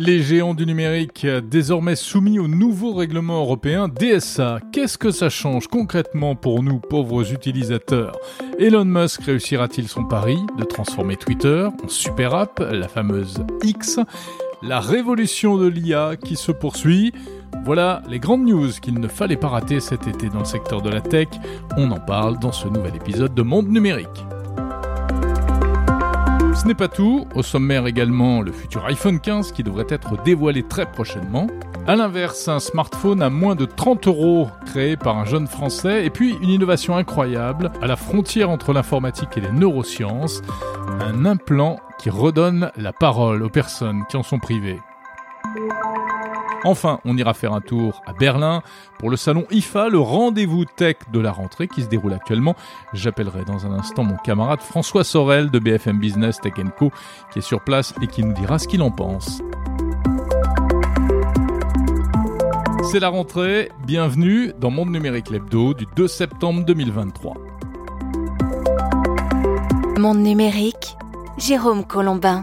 Les géants du numérique, désormais soumis au nouveau règlement européen DSA. Qu'est-ce que ça change concrètement pour nous, pauvres utilisateurs ? Elon Musk réussira-t-il son pari de transformer Twitter en super app, la fameuse X ? La révolution de l'IA qui se poursuit ? Voilà les grandes news qu'il ne fallait pas rater cet été dans le secteur de la tech. On en parle dans ce nouvel épisode de Monde Numérique. Ce n'est pas tout, au sommaire également le futur iPhone 15 qui devrait être dévoilé très prochainement. A l'inverse, un smartphone à moins de 30 € créé par un jeune Français, et puis une innovation incroyable à la frontière entre l'informatique et les neurosciences, un implant qui redonne la parole aux personnes qui en sont privées. Enfin, on ira faire un tour à Berlin pour le salon IFA, le rendez-vous tech de la rentrée qui se déroule actuellement. J'appellerai dans un instant mon camarade François Sorel de BFM Business Tech & Co qui est sur place et qui nous dira ce qu'il en pense. C'est la rentrée, bienvenue dans Monde Numérique l'hebdo du 2 septembre 2023. Monde Numérique, Jérôme Colombin.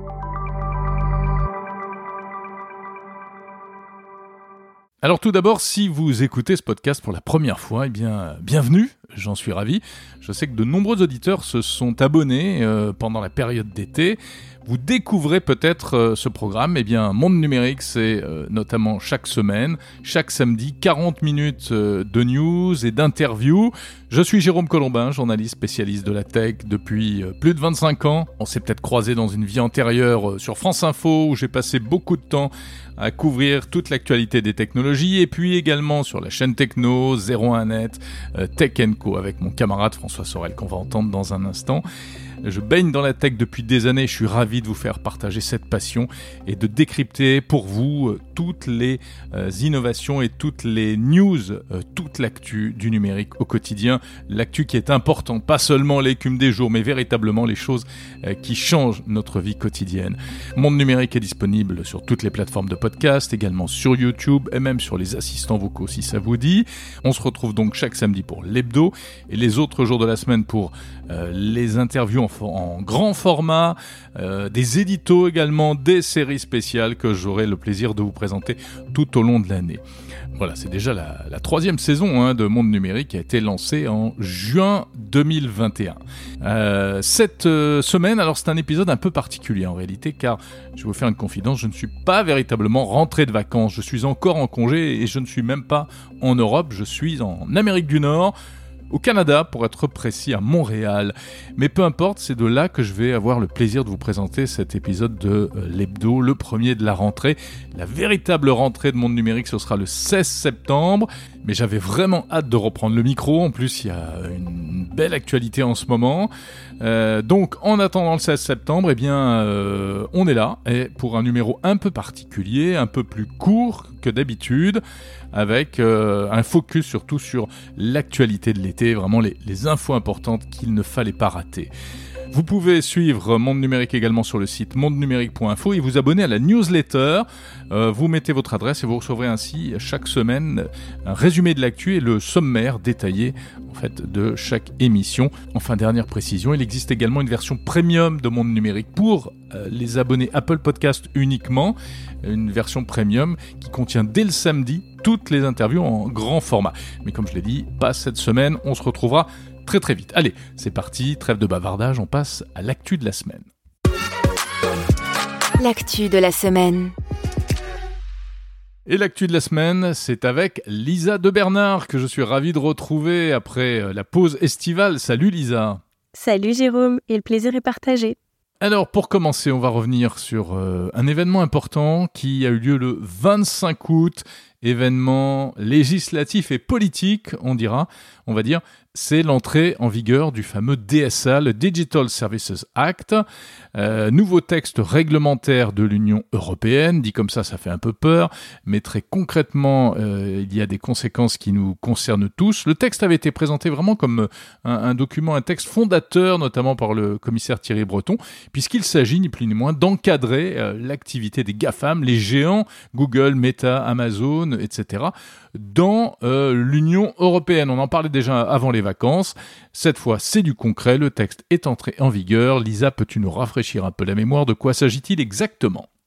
Alors tout d'abord, si vous écoutez ce podcast pour la première fois, eh bien, bienvenue, j'en suis ravi. Je sais que de nombreux auditeurs se sont abonnés pendant la période d'été. Vous découvrez peut-être ce programme. Eh bien, Monde Numérique, c'est notamment chaque semaine, chaque samedi, 40 minutes de news et d'interviews. Je suis Jérôme Colombin, journaliste spécialiste de la tech depuis plus de 25 ans. On s'est peut-être croisé dans une vie antérieure sur France Info, où j'ai passé beaucoup de temps à couvrir toute l'actualité des technologies, et puis également sur la chaîne Techno, 01net, Tech & Co, avec mon camarade François Sorel, qu'on va entendre dans un instant. Je baigne dans la tech depuis des années, je suis ravi de vous faire partager cette passion et de décrypter pour vous toutes les innovations et toutes les news, toute l'actu du numérique au quotidien. L'actu qui est importante, pas seulement l'écume des jours, mais véritablement les choses qui changent notre vie quotidienne. Monde Numérique est disponible sur toutes les plateformes de podcast, également sur YouTube et même sur les assistants vocaux si ça vous dit. On se retrouve donc chaque samedi pour l'hebdo et les autres jours de la semaine pour les interviews en grand format, des éditos également, des séries spéciales que j'aurai le plaisir de vous présenter tout au long de l'année. Voilà, c'est déjà la troisième saison de Monde Numérique qui a été lancée en juin 2021. Cette semaine, alors c'est un épisode un peu particulier en réalité, car je vais vous faire une confidence, je ne suis pas véritablement rentré de vacances, je suis encore en congé et je ne suis même pas en Europe, je suis en Amérique du Nord, au Canada, pour être précis, à Montréal. Mais peu importe, c'est de là que je vais avoir le plaisir de vous présenter cet épisode de l'hebdo, le premier de la rentrée. La véritable rentrée de Monde Numérique, ce sera le 16 septembre. Mais j'avais vraiment hâte de reprendre le micro. En plus, il y a une belle actualité en ce moment. Donc, en attendant le 16 septembre, eh bien, on est là. Et pour un numéro un peu particulier, un peu plus court que d'habitude, avec un focus surtout sur l'actualité de l'été, vraiment les infos importantes qu'il ne fallait pas rater. Vous pouvez suivre Monde Numérique également sur le site mondenumérique.info et vous abonner à la newsletter. Vous mettez votre adresse et vous recevrez ainsi chaque semaine un résumé de l'actu et le sommaire détaillé en fait de chaque émission. Enfin, dernière précision, il existe également une version premium de Monde Numérique pour les abonnés Apple Podcast uniquement, une version premium qui contient dès le samedi toutes les interviews en grand format. Mais comme je l'ai dit, pas cette semaine, on se retrouvera très très vite. Allez, c'est parti, trêve de bavardage, on passe à l'actu de la semaine. L'actu de la semaine. Et l'actu de la semaine, c'est avec Lisa de Bernard, que je suis ravi de retrouver après la pause estivale. Salut Lisa. Salut Jérôme, et le plaisir est partagé. Alors pour commencer, on va revenir sur un événement important qui a eu lieu le 25 août, événement législatif et politique, on va dire, c'est l'entrée en vigueur du fameux DSA, le Digital Services Act, nouveau texte réglementaire de l'Union européenne. Dit comme ça fait un peu peur, mais très concrètement, il y a des conséquences qui nous concernent tous. Le texte avait été présenté vraiment comme un document, un texte fondateur, notamment par le commissaire Thierry Breton, puisqu'il s'agit ni plus ni moins d'encadrer l'activité des GAFAM, les géants, Google, Meta, Amazon, etc., dans l'Union européenne. On en parlait déjà avant les vacances. Cette fois, c'est du concret. Le texte est entré en vigueur. Lisa, peux-tu nous rafraîchir un peu la mémoire? De quoi s'agit-il exactement?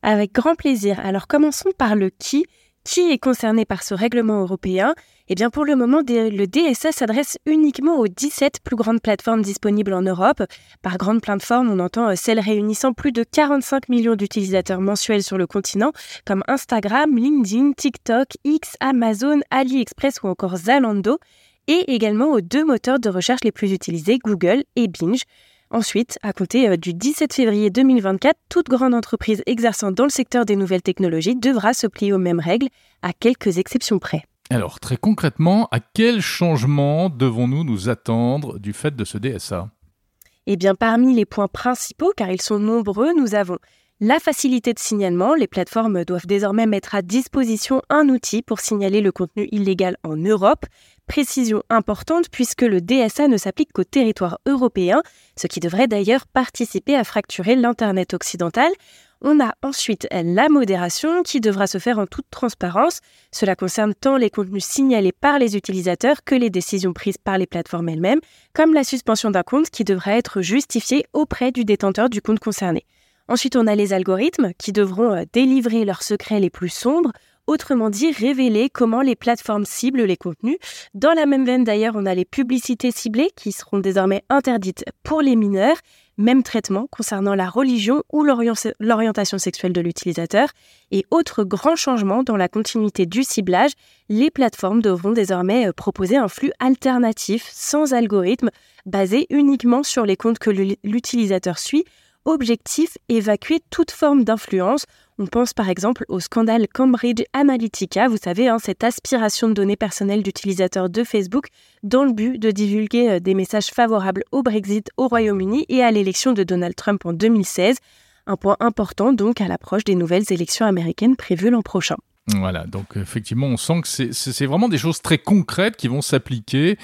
Avec grand plaisir. Alors commençons par le qui. Qui est concerné par ce règlement européen ? Eh bien pour le moment, le DSA s'adresse uniquement aux 17 plus grandes plateformes disponibles en Europe. Par grande plateforme, on entend celles réunissant plus de 45 millions d'utilisateurs mensuels sur le continent, comme Instagram, LinkedIn, TikTok, X, Amazon, AliExpress ou encore Zalando, et également aux 2 moteurs de recherche les plus utilisés, Google et Bing. Ensuite, à compter du 17 février 2024, toute grande entreprise exerçant dans le secteur des nouvelles technologies devra se plier aux mêmes règles, à quelques exceptions près. Alors, très concrètement, à quel changement devons-nous nous attendre du fait de ce DSA ? Eh bien, parmi les points principaux, car ils sont nombreux, nous avons la facilité de signalement. Les plateformes doivent désormais mettre à disposition un outil pour signaler le contenu illégal en Europe. Précision importante puisque le DSA ne s'applique qu'au territoire européen, ce qui devrait d'ailleurs participer à fracturer l'Internet occidental. On a ensuite la modération qui devra se faire en toute transparence. Cela concerne tant les contenus signalés par les utilisateurs que les décisions prises par les plateformes elles-mêmes, comme la suspension d'un compte qui devra être justifiée auprès du détenteur du compte concerné. Ensuite, on a les algorithmes qui devront délivrer leurs secrets les plus sombres, autrement dit révéler comment les plateformes ciblent les contenus. Dans la même veine d'ailleurs, on a les publicités ciblées qui seront désormais interdites pour les mineurs. Même traitement concernant la religion ou l'orientation sexuelle de l'utilisateur. Et autre grand changement dans la continuité du ciblage, les plateformes devront désormais proposer un flux alternatif sans algorithme, basé uniquement sur les comptes que l'utilisateur suit. Objectif, évacuer toute forme d'influence. On pense par exemple au scandale Cambridge Analytica, vous savez, cette aspiration de données personnelles d'utilisateurs de Facebook dans le but de divulguer des messages favorables au Brexit au Royaume-Uni et à l'élection de Donald Trump en 2016. Un point important donc à l'approche des nouvelles élections américaines prévues l'an prochain. Voilà, donc effectivement, on sent que c'est vraiment des choses très concrètes qui vont s'appliquer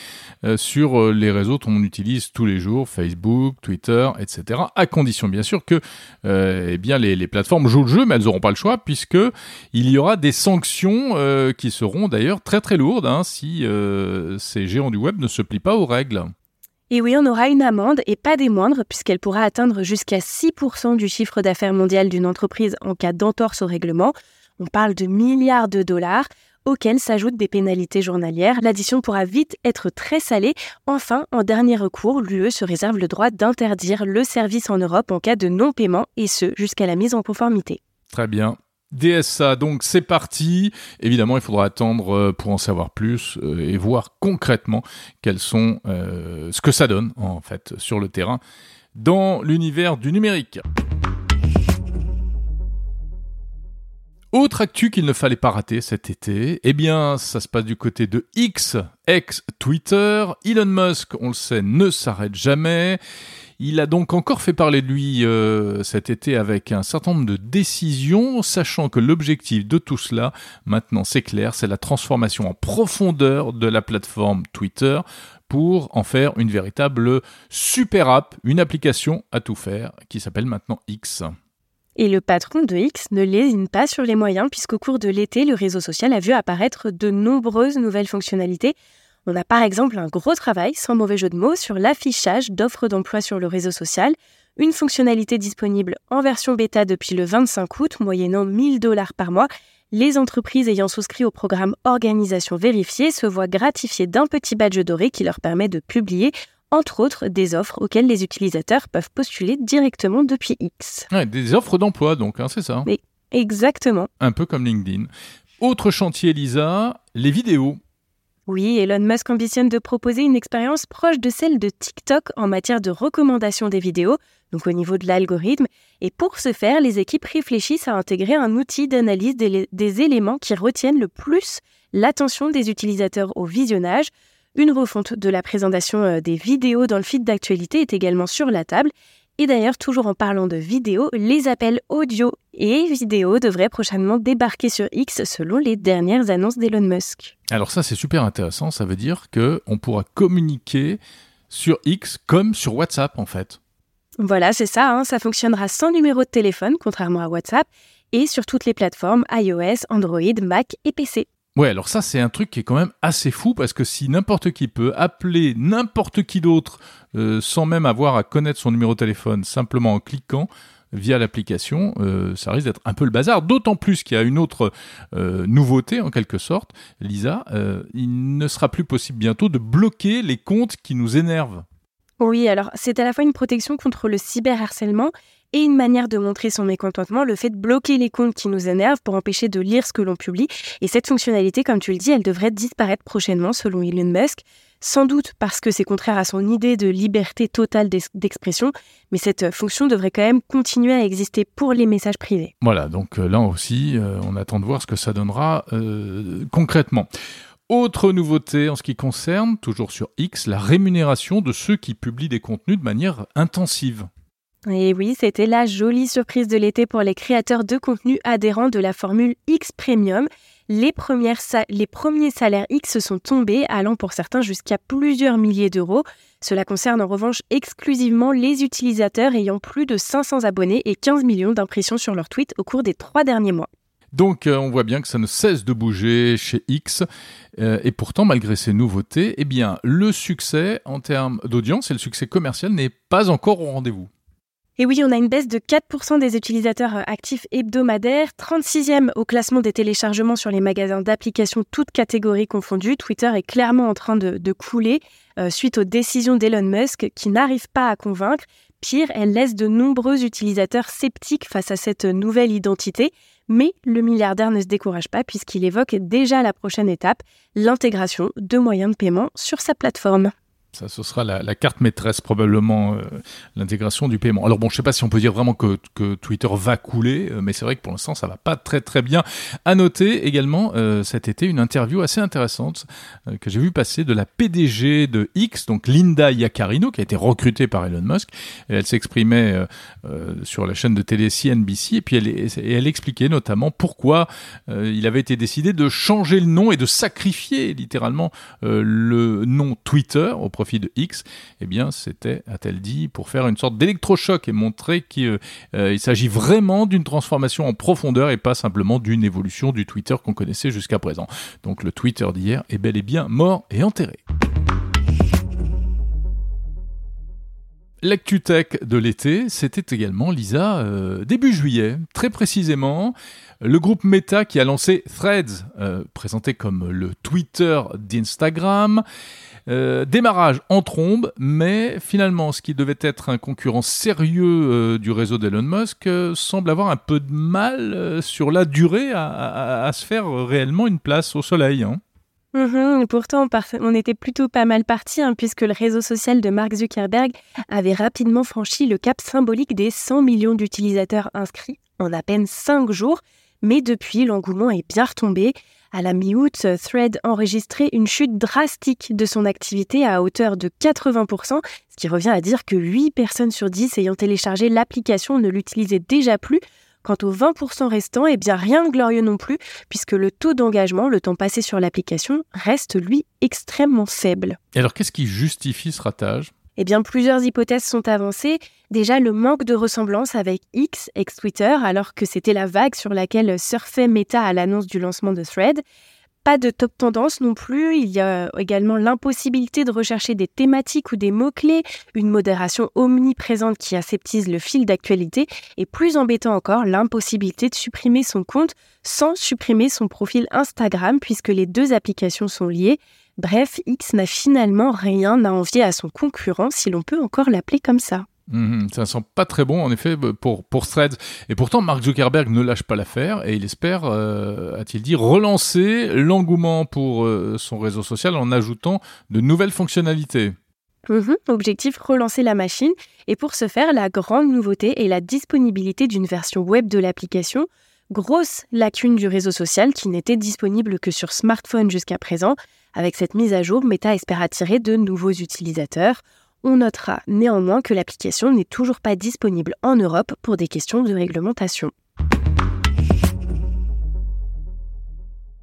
sur les réseaux qu'on utilise tous les jours, Facebook, Twitter, etc. À condition bien sûr que les plateformes jouent le jeu, mais elles n'auront pas le choix puisque il y aura des sanctions qui seront d'ailleurs très très lourdes si ces géants du web ne se plient pas aux règles. Et oui, on aura une amende, et pas des moindres, puisqu'elle pourra atteindre jusqu'à 6% du chiffre d'affaires mondial d'une entreprise en cas d'entorse au règlement. On parle de milliards de dollars, auxquels s'ajoutent des pénalités journalières. L'addition pourra vite être très salée. Enfin, en dernier recours, l'UE se réserve le droit d'interdire le service en Europe en cas de non-paiement, et ce, jusqu'à la mise en conformité. Très bien. DSA, donc c'est parti. Évidemment, il faudra attendre pour en savoir plus et voir concrètement quels sont ce que ça donne en fait sur le terrain dans l'univers du numérique. Autre actu qu'il ne fallait pas rater cet été, eh bien, ça se passe du côté de X, ex-Twitter. Elon Musk, on le sait, ne s'arrête jamais. Il a donc encore fait parler de lui cet été avec un certain nombre de décisions, sachant que l'objectif de tout cela, maintenant c'est clair, c'est la transformation en profondeur de la plateforme Twitter pour en faire une véritable super app, une application à tout faire qui s'appelle maintenant X. Et le patron de X ne lésine pas sur les moyens puisqu'au cours de l'été, le réseau social a vu apparaître de nombreuses nouvelles fonctionnalités. On a par exemple un gros travail, sans mauvais jeu de mots, sur l'affichage d'offres d'emploi sur le réseau social. Une fonctionnalité disponible en version bêta depuis le 25 août, moyennant $1 000 par mois. Les entreprises ayant souscrit au programme Organisation Vérifiée se voient gratifiées d'un petit badge doré qui leur permet de publier entre autres des offres auxquelles les utilisateurs peuvent postuler directement depuis X. Ouais, des offres d'emploi donc, c'est ça. Mais exactement. Un peu comme LinkedIn. Autre chantier, Lisa, les vidéos. Oui, Elon Musk ambitionne de proposer une expérience proche de celle de TikTok en matière de recommandation des vidéos, donc au niveau de l'algorithme. Et pour ce faire, les équipes réfléchissent à intégrer un outil d'analyse des éléments qui retiennent le plus l'attention des utilisateurs au visionnage. Une refonte de la présentation des vidéos dans le feed d'actualité est également sur la table. Et d'ailleurs, toujours en parlant de vidéos, les appels audio et vidéo devraient prochainement débarquer sur X selon les dernières annonces d'Elon Musk. Alors ça, c'est super intéressant. Ça veut dire qu'on pourra communiquer sur X comme sur WhatsApp, en fait. Voilà, c'est ça. Ça fonctionnera sans numéro de téléphone, contrairement à WhatsApp, et sur toutes les plateformes iOS, Android, Mac et PC. Ouais, alors ça, c'est un truc qui est quand même assez fou parce que si n'importe qui peut appeler n'importe qui d'autre sans même avoir à connaître son numéro de téléphone, simplement en cliquant, via l'application, ça risque d'être un peu le bazar, d'autant plus qu'il y a une autre nouveauté en quelque sorte, Lisa, il ne sera plus possible bientôt de bloquer les comptes qui nous énervent. Oui, alors c'est à la fois une protection contre le cyberharcèlement et une manière de montrer son mécontentement, le fait de bloquer les comptes qui nous énervent pour empêcher de lire ce que l'on publie. Et cette fonctionnalité, comme tu le dis, elle devrait disparaître prochainement selon Elon Musk, sans doute parce que c'est contraire à son idée de liberté totale d'expression, mais cette fonction devrait quand même continuer à exister pour les messages privés. Voilà, donc là aussi, on attend de voir ce que ça donnera concrètement. Autre nouveauté en ce qui concerne, toujours sur X, la rémunération de ceux qui publient des contenus de manière intensive. Et oui, c'était la jolie surprise de l'été pour les créateurs de contenu adhérents de la formule X Premium. Les premiers salaires X sont tombés, allant pour certains jusqu'à plusieurs milliers d'euros. Cela concerne en revanche exclusivement les utilisateurs ayant plus de 500 abonnés et 15 millions d'impressions sur leurs tweets au cours des 3 derniers mois. Donc on voit bien que ça ne cesse de bouger chez X et pourtant malgré ces nouveautés, eh bien, le succès en termes d'audience et le succès commercial n'est pas encore au rendez-vous. Et oui, on a une baisse de 4% des utilisateurs actifs hebdomadaires, 36e au classement des téléchargements sur les magasins d'applications toutes catégories confondues. Twitter est clairement en train de couler suite aux décisions d'Elon Musk qui n'arrive pas à convaincre. Pire, elle laisse de nombreux utilisateurs sceptiques face à cette nouvelle identité. Mais le milliardaire ne se décourage pas puisqu'il évoque déjà la prochaine étape, l'intégration de moyens de paiement sur sa plateforme. Ça, ce sera la carte maîtresse, probablement, l'intégration du paiement. Alors bon, je ne sais pas si on peut dire vraiment que Twitter va couler, mais c'est vrai que pour l'instant, ça ne va pas très très bien. À noter également, cet été, une interview assez intéressante que j'ai vu passer de la PDG de X, donc Linda Yaccarino, qui a été recrutée par Elon Musk. Et elle s'exprimait sur la chaîne de télé CNBC, et puis elle expliquait notamment pourquoi il avait été décidé de changer le nom et de sacrifier littéralement le nom Twitter au profit de X. Eh bien, c'était, a-t-elle dit, pour faire une sorte d'électrochoc et montrer qu'il s'agit vraiment d'une transformation en profondeur et pas simplement d'une évolution du Twitter qu'on connaissait jusqu'à présent. Donc le Twitter d'hier est bel et bien mort et enterré. L'actu tech de l'été, c'était également, Lisa, début juillet, très précisément, le groupe Meta qui a lancé Threads, présenté comme le Twitter d'Instagram. Démarrage en trombe, mais finalement, ce qui devait être un concurrent sérieux du réseau d'Elon Musk semble avoir un peu de mal sur la durée à se faire réellement une place au soleil, hein. Pourtant, on était plutôt pas mal partis, puisque le réseau social de Mark Zuckerberg avait rapidement franchi le cap symbolique des 100 millions d'utilisateurs inscrits en à peine 5 jours. Mais depuis, l'engouement est bien retombé. À la mi-août, Threads enregistrait une chute drastique de son activité à hauteur de 80%, ce qui revient à dire que 8 personnes sur 10 ayant téléchargé l'application ne l'utilisaient déjà plus. Quant aux 20% restants, eh bien rien de glorieux non plus, puisque le taux d'engagement, le temps passé sur l'application, reste lui extrêmement faible. Et alors qu'est-ce qui justifie ce ratage ? Eh bien, plusieurs hypothèses sont avancées. Déjà, le manque de ressemblance avec X, ex-Twitter, alors que c'était la vague sur laquelle surfait Meta à l'annonce du lancement de Threads. Pas de top tendance non plus, il y a également l'impossibilité de rechercher des thématiques ou des mots-clés, une modération omniprésente qui aseptise le fil d'actualité et plus embêtant encore, l'impossibilité de supprimer son compte sans supprimer son profil Instagram puisque les deux applications sont liées. Bref, X n'a finalement rien à envier à son concurrent si l'on peut encore l'appeler comme ça. Ça sent pas très bon en effet pour Threads. Et pourtant Mark Zuckerberg ne lâche pas l'affaire et il espère, a-t-il dit, relancer l'engouement pour son réseau social en ajoutant de nouvelles fonctionnalités. Objectif, relancer la machine. Et pour ce faire, la grande nouveauté est la disponibilité d'une version web de l'application. Grosse lacune du réseau social qui n'était disponible que sur smartphone jusqu'à présent. Avec cette mise à jour, Meta espère attirer de nouveaux utilisateurs. On notera néanmoins que l'application n'est toujours pas disponible en Europe pour des questions de réglementation.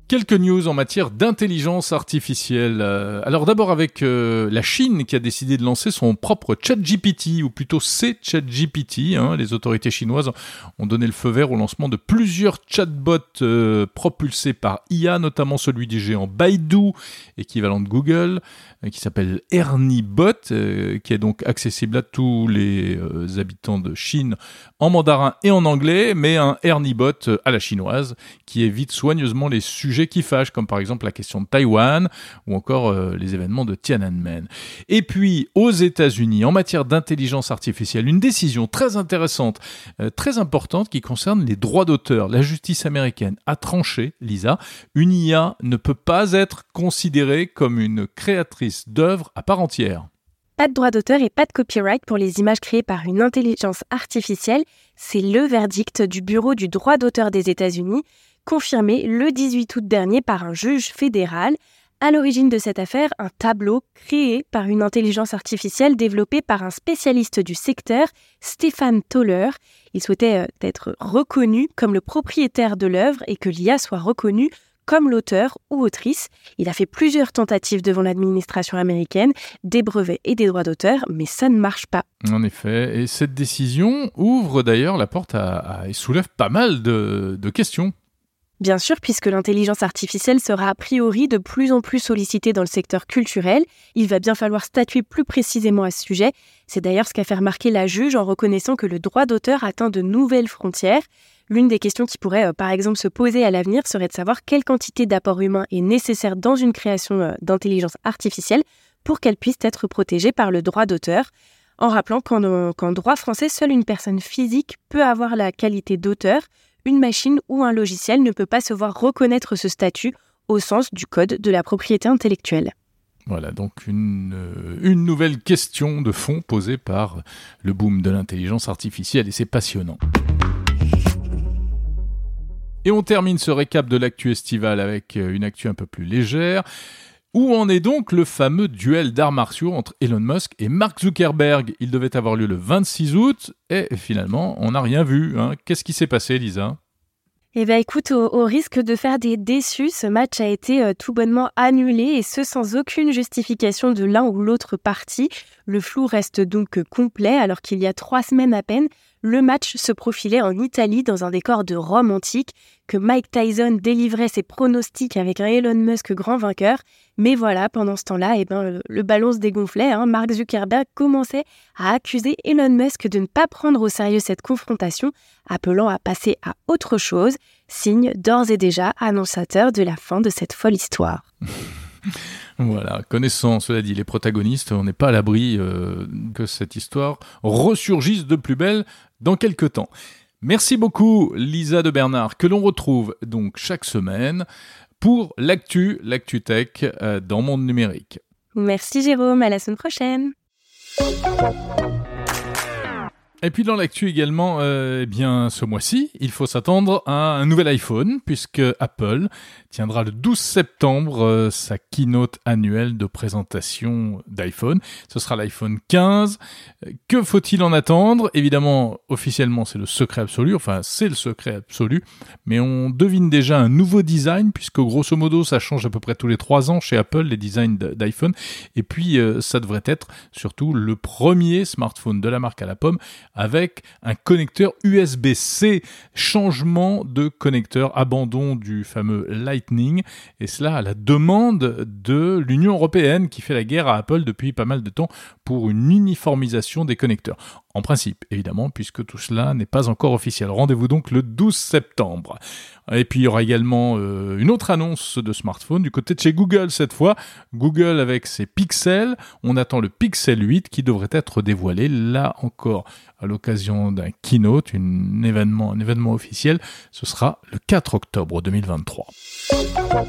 Quelques news en matière d'intelligence artificielle. Alors d'abord avec la Chine qui a décidé de lancer son propre ChatGPT, ou plutôt ses ChatGPT. Les autorités chinoises ont donné le feu vert au lancement de plusieurs chatbots propulsés par IA, notamment celui du géant Baidu, équivalent de Google, qui s'appelle ErnieBot, qui est donc accessible à tous les habitants de Chine en mandarin et en anglais, mais un ErnieBot à la chinoise qui évite soigneusement les sujets qui fâchent, comme par exemple la question de Taïwan ou encore les événements de Tiananmen. Et puis, aux États-Unis, en matière d'intelligence artificielle, une décision très intéressante, très importante qui concerne les droits d'auteur. La justice américaine a tranché, Lisa, une IA ne peut pas être considérée comme une créatrice d'œuvres à part entière. Pas de droit d'auteur et pas de copyright pour les images créées par une intelligence artificielle. C'est le verdict du Bureau du droit d'auteur des États-Unis, confirmé le 18 août dernier par un juge fédéral. À l'origine de cette affaire, un tableau créé par une intelligence artificielle développée par un spécialiste du secteur, Stefan Toller. Il souhaitait être reconnu comme le propriétaire de l'œuvre et que l'IA soit reconnue comme l'auteur ou autrice. Il a fait plusieurs tentatives devant l'administration américaine, des brevets et des droits d'auteur, mais ça ne marche pas. En effet, et cette décision ouvre d'ailleurs la porte et soulève pas mal de questions. Bien sûr, puisque l'intelligence artificielle sera a priori de plus en plus sollicitée dans le secteur culturel, il va bien falloir statuer plus précisément à ce sujet. C'est d'ailleurs ce qu'a fait remarquer la juge en reconnaissant que le droit d'auteur atteint de nouvelles frontières. L'une des questions qui pourrait par exemple se poser à l'avenir serait de savoir quelle quantité d'apport humain est nécessaire dans une création d'intelligence artificielle pour qu'elle puisse être protégée par le droit d'auteur. En rappelant qu'en droit français, seule une personne physique peut avoir la qualité d'auteur. Une machine ou un logiciel ne peut pas se voir reconnaître ce statut au sens du code de la propriété intellectuelle. Voilà, donc une nouvelle question de fond posée par le boom de l'intelligence artificielle, et c'est passionnant. Et on termine ce récap de l'actu estivale avec une actu un peu plus légère. Où en est donc le fameux duel d'arts martiaux entre Elon Musk et Mark Zuckerberg ? Il devait avoir lieu le 26 août et finalement, on n'a rien vu. Qu'est-ce qui s'est passé, Lisa ? Eh bien écoute, au risque de faire des déçus, ce match a été tout bonnement annulé et ce sans aucune justification de l'un ou l'autre parti. Le flou reste donc complet alors qu'il y a 3 semaines à peine, le match se profilait en Italie dans un décor de Rome antique, que Mike Tyson délivrait ses pronostics avec un Elon Musk grand vainqueur. Mais voilà, pendant ce temps-là, le ballon se dégonflait. Mark Zuckerberg commençait à accuser Elon Musk de ne pas prendre au sérieux cette confrontation, appelant à passer à autre chose, signe d'ores et déjà annonçateur de la fin de cette folle histoire. Voilà, connaissant, cela dit, les protagonistes, on n'est pas à l'abri que cette histoire ressurgisse de plus belle dans quelques temps. Merci beaucoup, Lisa de Bernard, que l'on retrouve donc chaque semaine pour l'actu tech dans Monde Numérique. Merci Jérôme, à la semaine prochaine. Et puis dans l'actu également, ce mois-ci, il faut s'attendre à un nouvel iPhone, puisque Apple tiendra le 12 septembre sa keynote annuelle de présentation d'iPhone. Ce sera l'iPhone 15. Que faut-il en attendre ? Évidemment, officiellement, c'est le secret absolu, mais on devine déjà un nouveau design, puisque grosso modo, ça change à peu près tous les 3 ans chez Apple, les designs d'iPhone. Et puis, ça devrait être surtout le premier smartphone de la marque à la pomme avec un connecteur USB-C, changement de connecteur, abandon du fameux Lightning, et cela à la demande de l'Union européenne qui fait la guerre à Apple depuis pas mal de temps pour une uniformisation des connecteurs. En principe, évidemment, puisque tout cela n'est pas encore officiel. Rendez-vous donc le 12 septembre. Et puis, il y aura également une autre annonce de smartphone du côté de chez Google cette fois. Google avec ses Pixel. On attend le Pixel 8 qui devrait être dévoilé, là encore, à l'occasion d'un keynote, un événement officiel. Ce sera le 4 octobre 2023.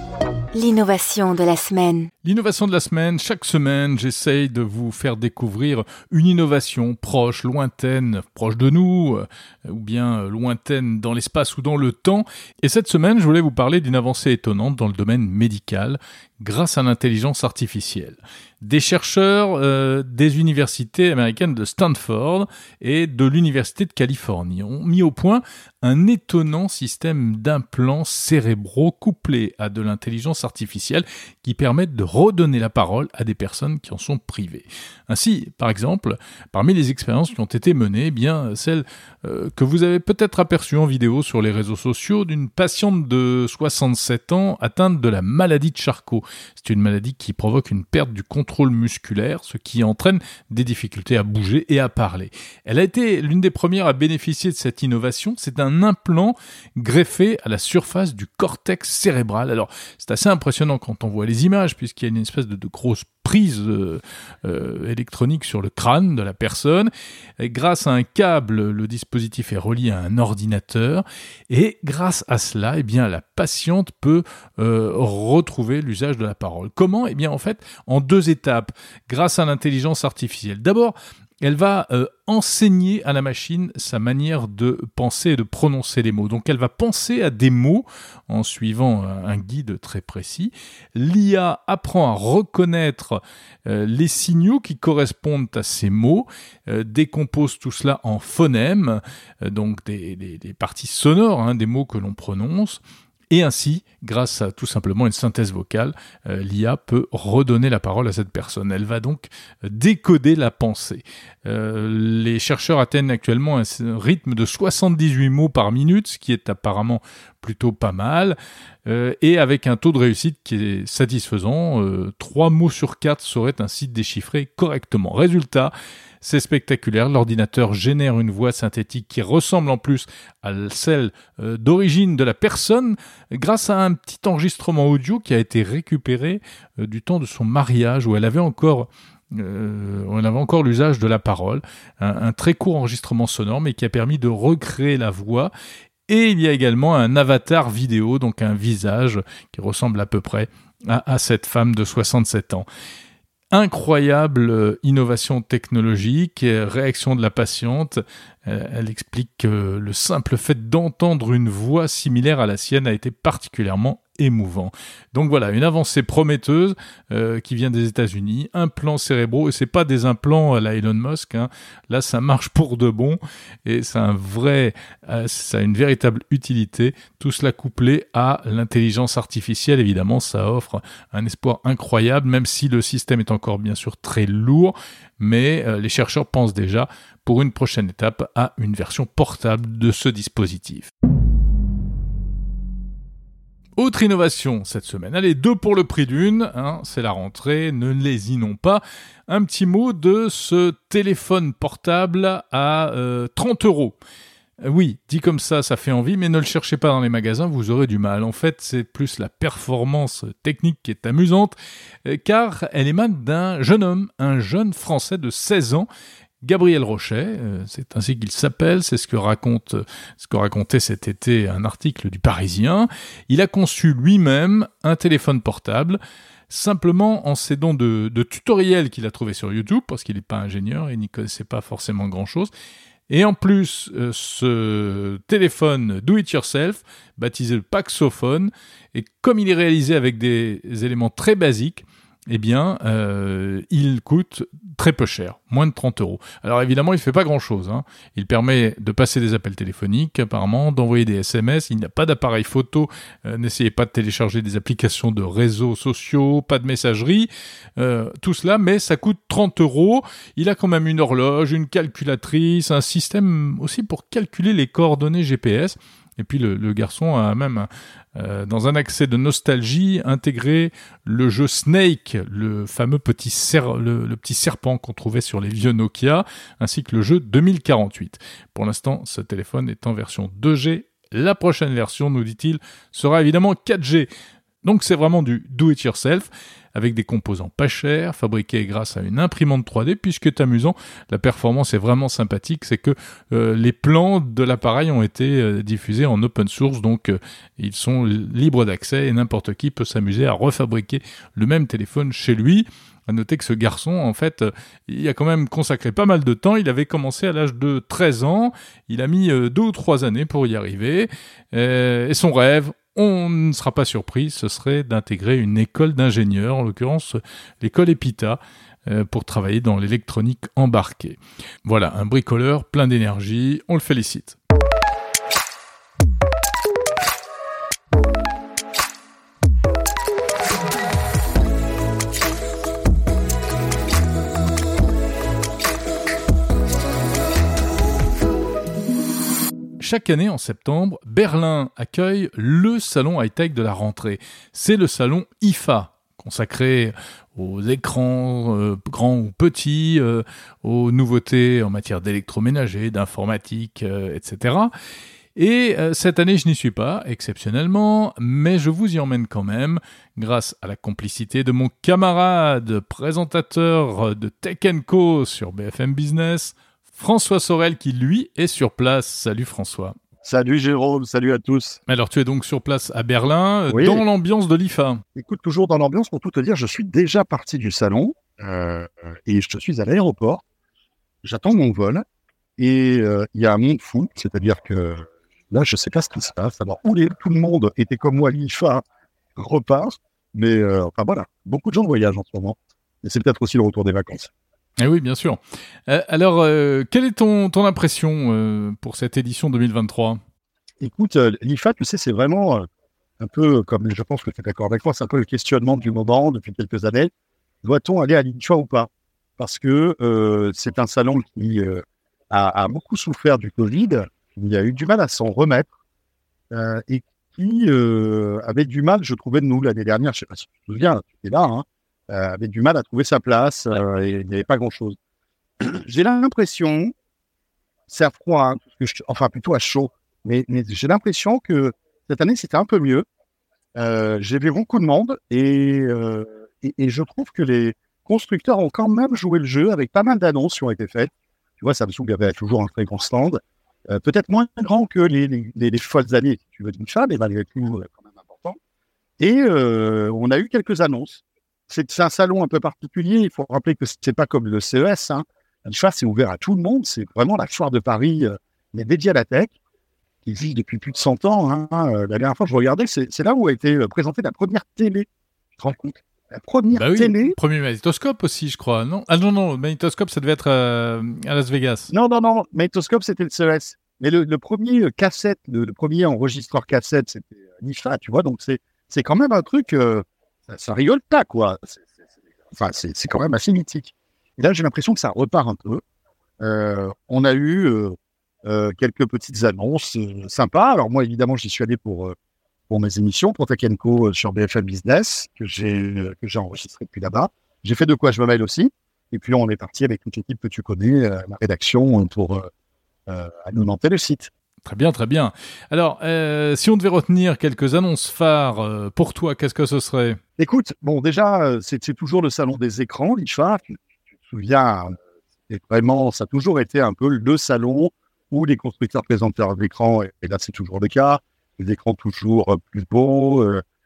L'innovation de la semaine. L'innovation de la semaine, chaque semaine, j'essaye de vous faire découvrir une innovation proche, lointaine, proche de nous, ou bien lointaine dans l'espace ou dans le temps. Et cette semaine, je voulais vous parler d'une avancée étonnante dans le domaine médical, grâce à l'intelligence artificielle. Des chercheurs des universités américaines de Stanford et de l'Université de Californie ont mis au point un étonnant système d'implants cérébraux couplés à de l'intelligence artificielle qui permettent de redonner la parole à des personnes qui en sont privées. Ainsi, par exemple, parmi les expériences qui ont été menées, eh bien celle que vous avez peut-être aperçue en vidéo sur les réseaux sociaux d'une patiente de 67 ans atteinte de la maladie de Charcot. C'est une maladie qui provoque une perte du contrôle musculaire, ce qui entraîne des difficultés à bouger et à parler. Elle a été l'une des premières à bénéficier de cette innovation. C'est un implant greffé à la surface du cortex cérébral. Alors, c'est assez impressionnant quand on voit les images, puisqu'il y a une espèce de grosse prise électronique sur le crâne de la personne. Et grâce à un câble, le dispositif est relié à un ordinateur et grâce à cela, eh bien, la patiente peut retrouver l'usage de la parole. Comment ? Eh bien, en fait, en 2 étapes, grâce à l'intelligence artificielle. D'abord, elle va enseigner à la machine sa manière de penser et de prononcer les mots. Donc elle va penser à des mots en suivant un guide très précis. L'IA apprend à reconnaître les signaux qui correspondent à ces mots, décompose tout cela en phonèmes, donc des parties sonores, des mots que l'on prononce. Et ainsi, grâce à tout simplement une synthèse vocale, l'IA peut redonner la parole à cette personne. Elle va donc décoder la pensée. Les chercheurs atteignent actuellement un rythme de 78 mots par minute, ce qui est apparemment plutôt pas mal, et avec un taux de réussite qui est satisfaisant. 3 mots sur 4 seraient ainsi déchiffrés correctement. Résultat, c'est spectaculaire, l'ordinateur génère une voix synthétique qui ressemble en plus à celle d'origine de la personne grâce à un petit enregistrement audio qui a été récupéré du temps de son mariage où elle avait encore l'usage de la parole, un très court enregistrement sonore mais qui a permis de recréer la voix. Et il y a également un avatar vidéo, donc un visage qui ressemble à peu près à cette femme de 67 ans. Incroyable innovation technologique, réaction de la patiente. Elle explique que le simple fait d'entendre une voix similaire à la sienne a été particulièrement émouvant. Donc voilà, une avancée prometteuse qui vient des États-Unis, implants cérébraux, et c'est pas des implants à la Elon Musk, Là ça marche pour de bon et ça a une véritable utilité, tout cela couplé à l'intelligence artificielle. Évidemment, ça offre un espoir incroyable, même si le système est encore bien sûr très lourd, mais les chercheurs pensent déjà pour une prochaine étape à une version portable de ce dispositif. Autre innovation cette semaine. Allez, 2 pour le prix d'une, c'est la rentrée, ne lésinons pas. Un petit mot de ce téléphone portable à 30 €. Oui, dit comme ça fait envie, mais ne le cherchez pas dans les magasins, vous aurez du mal. En fait, c'est plus la performance technique qui est amusante, car elle émane d'un jeune homme, un jeune Français de 16 ans, Gabriel Rochet, c'est ainsi qu'il s'appelle, c'est ce que racontait cet été un article du Parisien. Il a conçu lui-même un téléphone portable, simplement en s'aidant de tutoriels qu'il a trouvés sur YouTube, parce qu'il n'est pas ingénieur et n'y connaissait pas forcément grand-chose. Et en plus, ce téléphone do-it-yourself, baptisé le Paxophone, et comme il est réalisé avec des éléments très basiques, eh bien, il coûte très peu cher, moins de 30 €. Alors évidemment, il ne fait pas grand-chose. Il permet de passer des appels téléphoniques, apparemment, d'envoyer des SMS. Il n'y a pas d'appareil photo. N'essayez pas de télécharger des applications de réseaux sociaux, pas de messagerie, tout cela, mais ça coûte 30 €. Il a quand même une horloge, une calculatrice, un système aussi pour calculer les coordonnées GPS. Et puis le garçon a même, dans un accès de nostalgie, intégré le jeu Snake, le fameux petit serpent qu'on trouvait sur les vieux Nokia, ainsi que le jeu 2048. Pour l'instant, ce téléphone est en version 2G. La prochaine version, nous dit-il, sera évidemment 4G. Donc c'est vraiment du do-it-yourself, avec des composants pas chers, fabriqués grâce à une imprimante 3D, puis ce qui est amusant, la performance est vraiment sympathique, c'est que les plans de l'appareil ont été diffusés en open source, donc ils sont libres d'accès et n'importe qui peut s'amuser à refabriquer le même téléphone chez lui. À noter que ce garçon, en fait, il a quand même consacré pas mal de temps. Il avait commencé à l'âge de 13 ans. Il a mis 2 ou 3 années pour y arriver. Et son rêve, on ne sera pas surpris, ce serait d'intégrer une école d'ingénieurs, en l'occurrence l'école EPITA, pour travailler dans l'électronique embarquée. Voilà, un bricoleur plein d'énergie, on le félicite. Chaque année, en septembre, Berlin accueille le salon high-tech de la rentrée. C'est le salon IFA, consacré aux écrans grands ou petits, aux nouveautés en matière d'électroménager, d'informatique, etc. Et cette année, je n'y suis pas, exceptionnellement, mais je vous y emmène quand même, grâce à la complicité de mon camarade, présentateur de Tech & Co sur BFM Business, François Sorel, qui lui est sur place. Salut François. Salut Jérôme, salut à tous. Alors tu es donc sur place à Berlin, oui. Dans l'ambiance de l'IFA. Écoute, toujours dans l'ambiance, pour tout te dire, je suis déjà parti du salon et je suis à l'aéroport. J'attends mon vol et il y a un monde fou, c'est-à-dire que là, je ne sais pas ce qui se passe. Alors, tout le monde était comme moi, l'IFA repart, mais enfin voilà, beaucoup de gens voyagent en ce moment. Et c'est peut-être aussi le retour des vacances. Eh oui, bien sûr. Alors, quelle est ton impression pour cette édition 2023 ? Écoute, l'IFA, tu sais, c'est vraiment un peu, comme je pense que tu es d'accord avec moi, c'est un peu le questionnement du moment depuis quelques années. Doit-on aller à l'IFA ou pas ? Parce que c'est un salon qui a beaucoup souffert du Covid, il a eu du mal à s'en remettre et qui avait du mal, je trouvais, de nous, l'année dernière, je ne sais pas si tu te souviens, tu étais là, hein, avait du mal à trouver sa place et il n'y avait pas grand-chose. J'ai l'impression, c'est à froid, hein, enfin plutôt à chaud, mais j'ai l'impression que cette année, c'était un peu mieux. J'ai vu beaucoup de monde et je trouve que les constructeurs ont quand même joué le jeu avec pas mal d'annonces qui ont été faites. Tu vois, Samsung avait toujours un très grand stand, peut-être moins grand que les folles années, si tu veux, d'une femme, mais malgré tout, quand même important. Et on a eu quelques annonces. C'est un salon un peu particulier. Il faut rappeler que c'est pas comme le CES. Hein. l'IFA, c'est ouvert à tout le monde. C'est vraiment la foire de Paris, mais dédiée à la tech, qui existe depuis plus de 100 ans. Hein. La dernière fois que je regardais, c'est là où a été présentée la première télé. Tu te rends compte ? La première télé. Premier magnétoscope aussi, je crois, non ? Ah non, le magnétoscope, ça devait être à Las Vegas. Non, magnétoscope, c'était le CES. Mais le premier cassette, le premier enregistreur cassette, c'était l'IFA, tu vois. Donc, c'est quand même un truc... ça rigole pas, quoi. C'est quand même assez mythique. Et là, j'ai l'impression que ça repart un peu. On a eu quelques petites annonces sympas. Alors moi, évidemment, j'y suis allé pour mes émissions, pour Tech & Co sur BFM Business, que j'ai enregistré depuis là-bas. J'ai fait de quoi je me mêle aussi. Et puis, on est parti avec toute l'équipe que tu connais, la rédaction, pour alimenter le site. Très bien, très bien. Alors, si on devait retenir quelques annonces phares pour toi, qu'est-ce que ce serait ? Écoute, bon, déjà, c'est toujours le salon des écrans, l'IFA. Tu te souviens, vraiment, ça a toujours été un peu le salon où les constructeurs présentent leurs écrans, et là, c'est toujours le cas. Les écrans toujours plus beaux.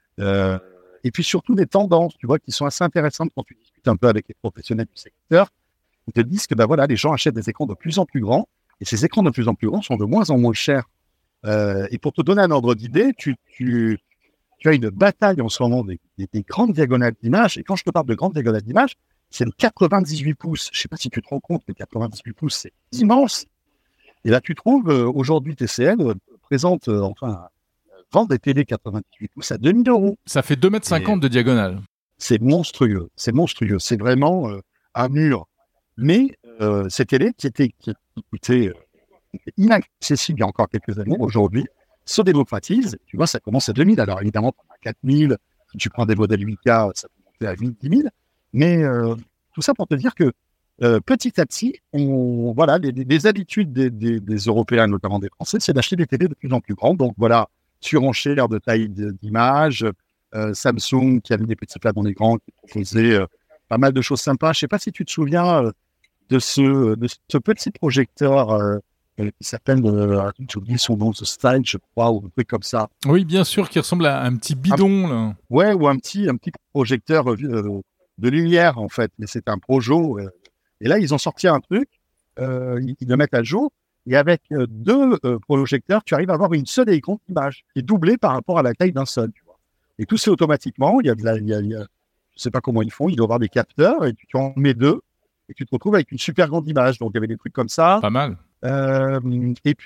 Et puis, surtout, des tendances, tu vois, qui sont assez intéressantes quand tu discutes un peu avec les professionnels du secteur. Ils te disent que, voilà, les gens achètent des écrans de plus en plus grands. Et ces écrans de plus en plus grands sont de moins en moins chers. Et pour te donner un ordre d'idée, tu as une bataille en ce moment des grandes diagonales d'image. Et quand je te parle de grandes diagonales d'image, c'est le 98 pouces. Je ne sais pas si tu te rends compte, mais 98 pouces, c'est immense. Et là, tu trouves, aujourd'hui, TCL présente, vend des télés 98 pouces à 2000 €. Ça fait 2,50 m de diagonale. C'est monstrueux. C'est vraiment un mur. Mais ces télés qui coûtaient inaccessibles il y a encore quelques années, aujourd'hui, se démocratisent. Tu vois, ça commence à 2000. Alors évidemment, tu as 4000. Si tu prends des modèles 8K, ça peut monter à 10 000. Mais tout ça pour te dire que petit à petit, les habitudes des Européens, notamment des Français, c'est d'acheter des télés de plus en plus grandes. Donc voilà, surenchère de taille d'image, Samsung qui avait des petits plats dans l'écran, qui proposait pas mal de choses sympas. Je sais pas si tu te souviens de ce petit projecteur qui s'appelle, j'ai oublié son nom, The Style, je crois, ou un truc comme ça. Oui, bien sûr, qui ressemble à un petit bidon, là. Ouais, ou un petit projecteur de lumière, en fait. Mais c'est un Projo. Et là, ils ont sorti un truc, ils le mettent à jour. Et avec deux projecteurs, tu arrives à avoir une seule écran d'image qui est doublée par rapport à la taille d'un seul. Tu vois. Et tout c'est automatiquement. Je sais pas comment ils font. Il doit y avoir des capteurs et tu en mets deux et tu te retrouves avec une super grande image. Donc, il y avait des trucs comme ça. Pas mal. Et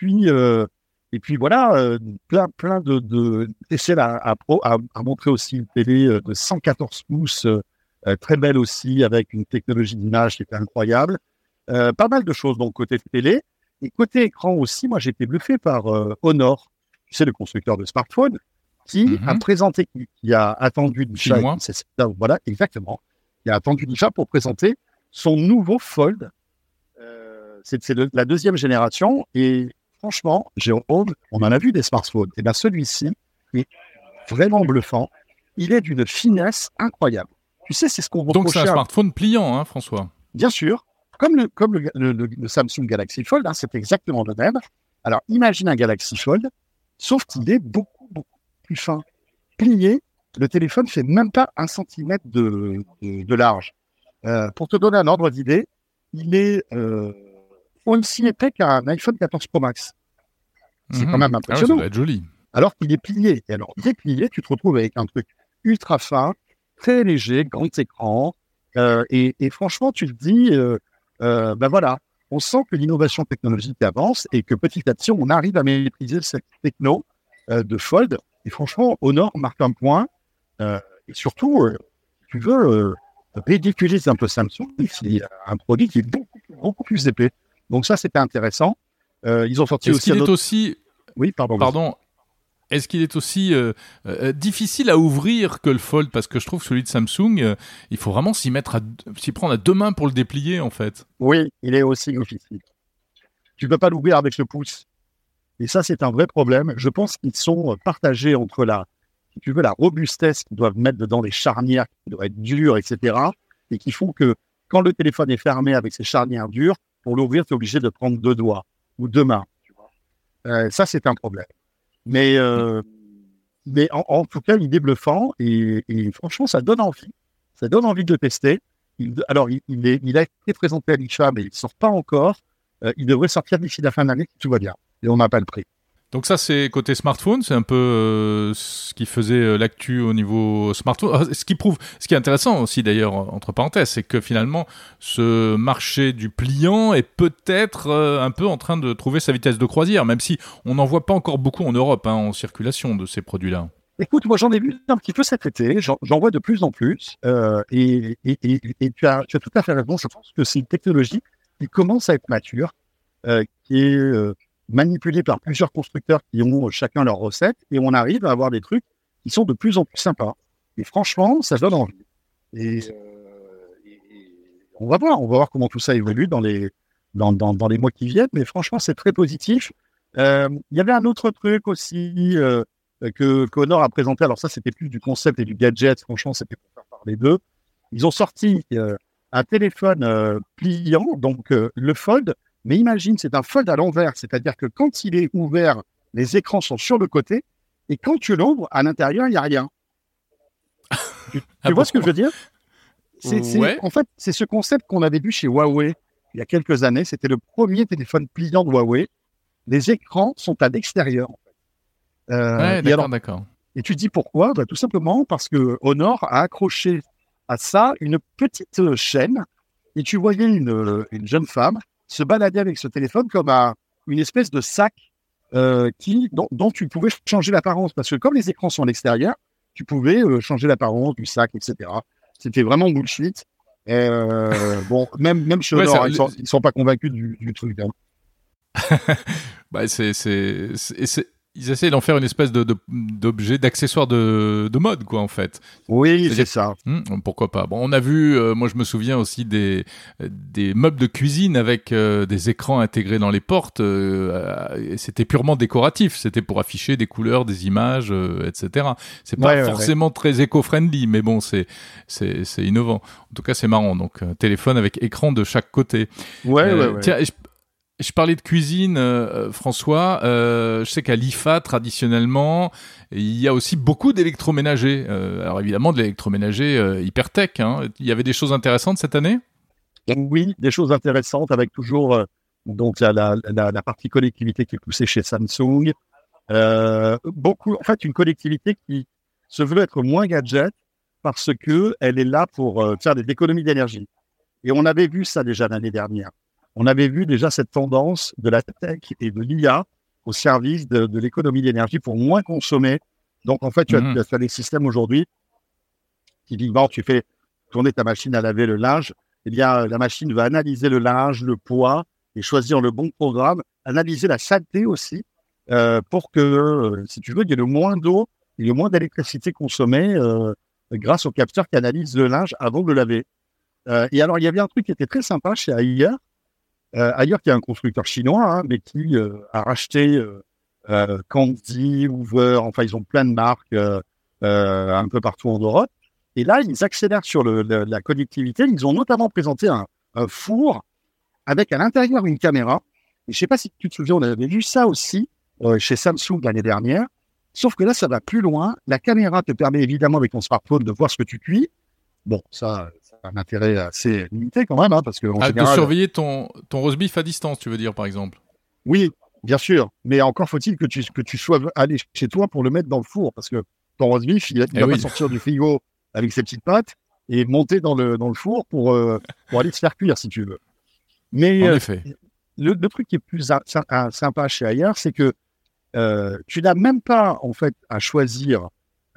puis voilà, plein de essais à montrer aussi une télé de 114 pouces, très belle aussi, avec une technologie d'image qui était incroyable. Pas mal de choses donc côté télé. Et côté écran aussi, moi j'ai été bluffé par Honor, tu sais, le constructeur de smartphones, qui a présenté, qui a attendu l'IFA. Voilà, exactement. Qui a attendu l'IFA pour présenter son nouveau Fold. C'est la deuxième génération et franchement, Jérôme, on en a vu des smartphones. Et bien celui-ci est vraiment bluffant. Il est d'une finesse incroyable. Tu sais, c'est ce qu'on reproche. Donc c'est un smartphone pliant, hein, François. Bien sûr. Comme le Samsung Galaxy Fold, hein, c'est exactement le même. Alors imagine un Galaxy Fold, sauf qu'il est beaucoup plus fin. Plié, le téléphone fait même pas 1 centimètre de large. Pour te donner un ordre d'idée, il est aussi épais qu'un iPhone 14 Pro Max. C'est quand même impressionnant. Ah ouais, ça doit être joli. Alors qu'il est plié. Et alors, il est plié, tu te retrouves avec un truc ultra fin, très léger, grand écran. Et franchement, tu te dis, ben voilà, on sent que l'innovation technologique avance et que petit à petit, on arrive à maîtriser cette techno de Fold. Et franchement, Honor marque un point. Et surtout, tu veux ridiculiser un peu Samsung, c'est un produit qui est beaucoup plus épais. Donc ça, c'était intéressant. Ils ont sorti aussi... Oui, pardon. Est-ce qu'il est aussi difficile à ouvrir que le Fold? Parce que je trouve que celui de Samsung, il faut vraiment s'y prendre à deux mains pour le déplier, en fait. Oui, il est aussi difficile. Tu ne peux pas l'ouvrir avec le pouce. Et ça, c'est un vrai problème. Je pense qu'ils sont partagés entre la robustesse qu'ils doivent mettre dedans les charnières qui doivent être dures, etc. Et qui font que quand le téléphone est fermé avec ses charnières dures, pour l'ouvrir, tu es obligé de prendre 2 doigts ou 2 mains. Tu vois. Ça, c'est un problème. Mais en tout cas, il est bluffant et franchement, ça donne envie. Ça donne envie de le tester. Il a été présenté à l'IFA, mais il ne sort pas encore. Il devrait sortir d'ici la fin de l'année si tout va bien. Et on n'a pas le prix. Donc ça, c'est côté smartphone, c'est un peu ce qui faisait l'actu au niveau smartphone. Ce qui est intéressant aussi d'ailleurs, entre parenthèses, c'est que finalement, ce marché du pliant est peut-être un peu en train de trouver sa vitesse de croisière, même si on n'en voit pas encore beaucoup en Europe, hein, en circulation de ces produits-là. Écoute, moi j'en ai vu un petit peu cet été, j'en vois de plus en plus, et tu as tout à fait raison, je pense que c'est une technologie qui commence à être mature, qui est... manipulé par plusieurs constructeurs qui ont chacun leur recette, et on arrive à avoir des trucs qui sont de plus en plus sympas. Et franchement, ça donne envie. Et on va voir comment tout ça évolue dans les mois qui viennent, mais franchement, c'est très positif. Il y avait un autre truc aussi que Honor a présenté. Alors ça, c'était plus du concept et du gadget. Franchement, c'était pour faire parler d'eux. Ils ont sorti un téléphone pliant, donc le Fold. Mais imagine, c'est un Fold à l'envers, c'est-à-dire que quand il est ouvert, les écrans sont sur le côté, et quand tu l'ouvres, à l'intérieur, il n'y a rien. Tu vois ce que je veux dire? Ouais. En fait, c'est ce concept qu'on avait vu chez Huawei il y a quelques années. C'était le premier téléphone pliant de Huawei. Les écrans sont à l'extérieur. En fait. D'accord. Et tu te dis pourquoi? Tout simplement parce que Honor a accroché à ça une petite chaîne, et tu voyais une jeune femme se balader avec ce téléphone comme une espèce de sac dont tu pouvais changer l'apparence. Parce que comme les écrans sont à l'extérieur, tu pouvais changer l'apparence du sac, etc. C'était vraiment bullshit. Bon, même chez Honor, ils sont pas convaincus du truc. Hein. Bah, Ils essaient d'en faire une espèce d'objet, d'accessoire de mode, quoi, en fait. Oui, c'est ça. Pourquoi pas. Bon, on a vu, moi je me souviens aussi des meubles de cuisine avec des écrans intégrés dans les portes. C'était purement décoratif. C'était pour afficher des couleurs, des images, etc. C'est pas forcément très éco-friendly, mais bon, c'est innovant. En tout cas, c'est marrant. Donc, téléphone avec écran de chaque côté. Ouais. Tiens, je parlais de cuisine, François. Je sais qu'à l'IFA, traditionnellement, il y a aussi beaucoup d'électroménagers. Alors évidemment, de l'électroménager hyper tech. Hein. Il y avait des choses intéressantes cette année ? Oui, des choses intéressantes avec toujours... donc, il y a la partie connectivité qui est poussée chez Samsung. Beaucoup, en fait, une connectivité qui se veut être moins gadget parce qu'elle est là pour faire des économies d'énergie. Et on avait vu ça déjà l'année dernière. On avait vu déjà cette tendance de la tech et de l'IA au service de l'économie d'énergie pour moins consommer. Donc, en fait, tu as des systèmes aujourd'hui qui disent, bon, tu fais tourner ta machine à laver le linge, eh bien, la machine va analyser le linge, le poids et choisir le bon programme, analyser la saleté aussi pour que, si tu veux, il y ait le moins d'eau et le moins d'électricité consommée grâce au capteur qui analyse le linge avant de le laver. Et alors, il y avait un truc qui était très sympa chez Haier. Haier, qui est un constructeur chinois, mais qui a racheté Candy, Hoover, enfin, ils ont plein de marques un peu partout en Europe. Et là, ils accélèrent sur la connectivité. Ils ont notamment présenté un four avec à l'intérieur une caméra. Et je ne sais pas si tu te souviens, on avait vu ça aussi chez Samsung l'année dernière. Sauf que là, ça va plus loin. La caméra te permet évidemment avec ton smartphone de voir ce que tu cuis. Bon, ça a un intérêt assez limité quand même, parce que en général, de surveiller ton roast beef à distance, tu veux dire, par exemple. Oui, bien sûr. Mais encore faut-il que tu sois allé chez toi pour le mettre dans le four, parce que ton roast beef, il va pas sortir du frigo avec ses petites pattes et monter dans le four pour aller se faire cuire, si tu veux. Mais en effet. Le truc qui est plus sympa chez Haier, c'est que tu n'as même pas en fait à choisir